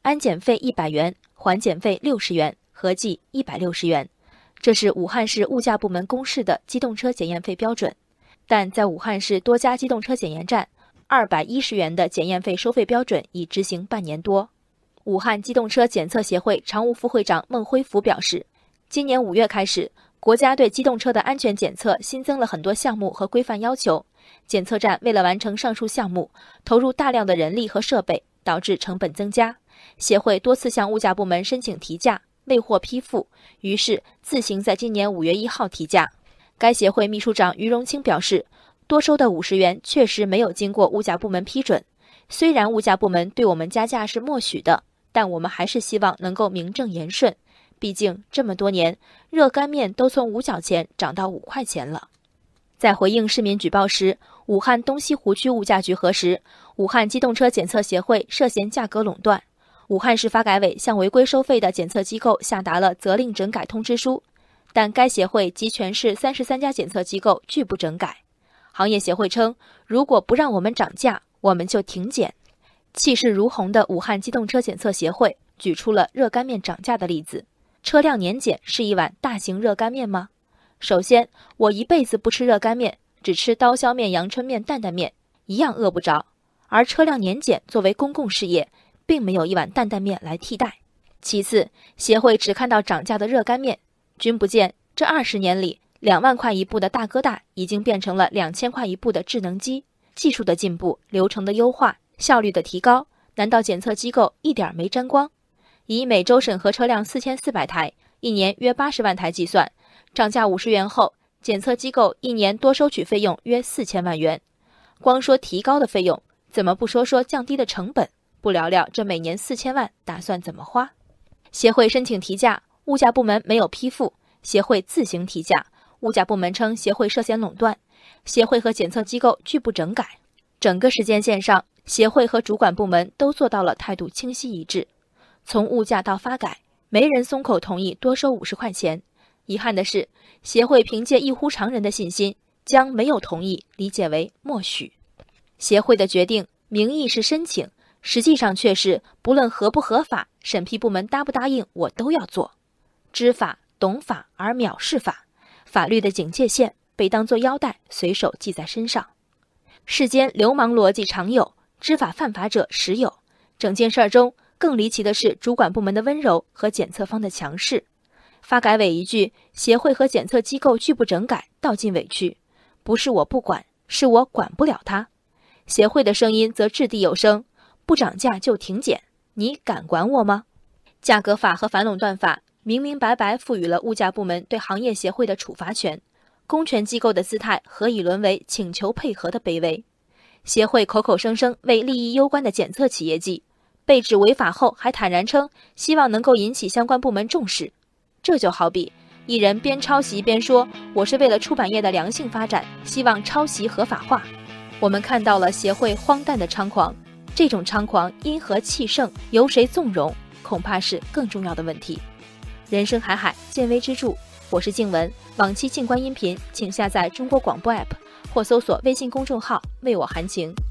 安检费100元，环检费60元，合计160元。这是武汉市物价部门公示的机动车检验费标准。但在武汉市多家机动车检验站，210元的检验费收费标准已执行半年多。武汉机动车检测协会常务副会长孟辉福表示，今年5月开始，国家对机动车的安全检测新增了很多项目和规范要求，检测站为了完成上述项目，投入大量的人力和设备，导致成本增加。协会多次向物价部门申请提价，未获批复，于是自行在今年5月1号提价。该协会秘书长于荣清表示，多收的50元确实没有经过物价部门批准，虽然物价部门对我们加价是默许的，但我们还是希望能够名正言顺，毕竟这么多年，热干面都从5角钱涨到5块钱了。在回应市民举报时，武汉东西湖区物价局核实，武汉机动车检测协会涉嫌价格垄断。武汉市发改委向违规收费的检测机构下达了责令整改通知书，但该协会及全市33家检测机构拒不整改。行业协会称，如果不让我们涨价，我们就停检。气势如虹的武汉机动车检测协会举出了热干面涨价的例子。车辆年检是一碗大型热干面吗？首先，我一辈子不吃热干面，只吃刀削面、阳春面、担担面，一样饿不着。而车辆年检作为公共事业，并没有一碗担担面来替代。其次，协会只看到涨价的热干面，君不见这20年里2万块一部的大哥大已经变成了2000块一部的智能机。技术的进步、流程的优化、效率的提高，难道检测机构一点没沾光？以每周审核车辆4400台，一年约80万台计算，涨价50元后，检测机构一年多收取费用约4000万元。光说提高的费用，怎么不说降低的成本？不聊聊这每年4000万打算怎么花？协会申请提价，物价部门没有批复，协会自行提价，物价部门称协会涉嫌垄断，协会和检测机构拒不整改。整个时间线上，协会和主管部门都做到了态度清晰一致。从物价到发改，没人松口同意多收50块钱。遗憾的是，协会凭借一乎常人的信心，将没有同意理解为默许。协会的决定名义是申请，实际上却是不论合不合法，审批部门答不答应，我都要做。知法懂法而藐视法，法律的警戒线被当作腰带随手系在身上。世间流氓逻辑常有，知法犯法者时有。整件事中更离奇的是主管部门的温柔和检测方的强势。发改委一句协会和检测机构拒不整改道尽委屈，不是我不管，是我管不了他。协会的声音则掷地有声，不涨价就停检，你敢管我吗？价格法和反垄断法明明白白赋予了物价部门对行业协会的处罚权，公权机构的姿态何以沦为请求配合的卑微？协会口口声声为利益攸关的检测企业计，被指违法后还坦然称希望能够引起相关部门重视。这就好比一人边抄袭边说我是为了出版业的良性发展，希望抄袭合法化。我们看到了协会荒诞的猖狂，这种猖狂因何气盛，由谁纵容，恐怕是更重要的问题。人生海海，见微知著，我是静文。往期静观音频请下载中国广播 app 或搜索微信公众号为我含情。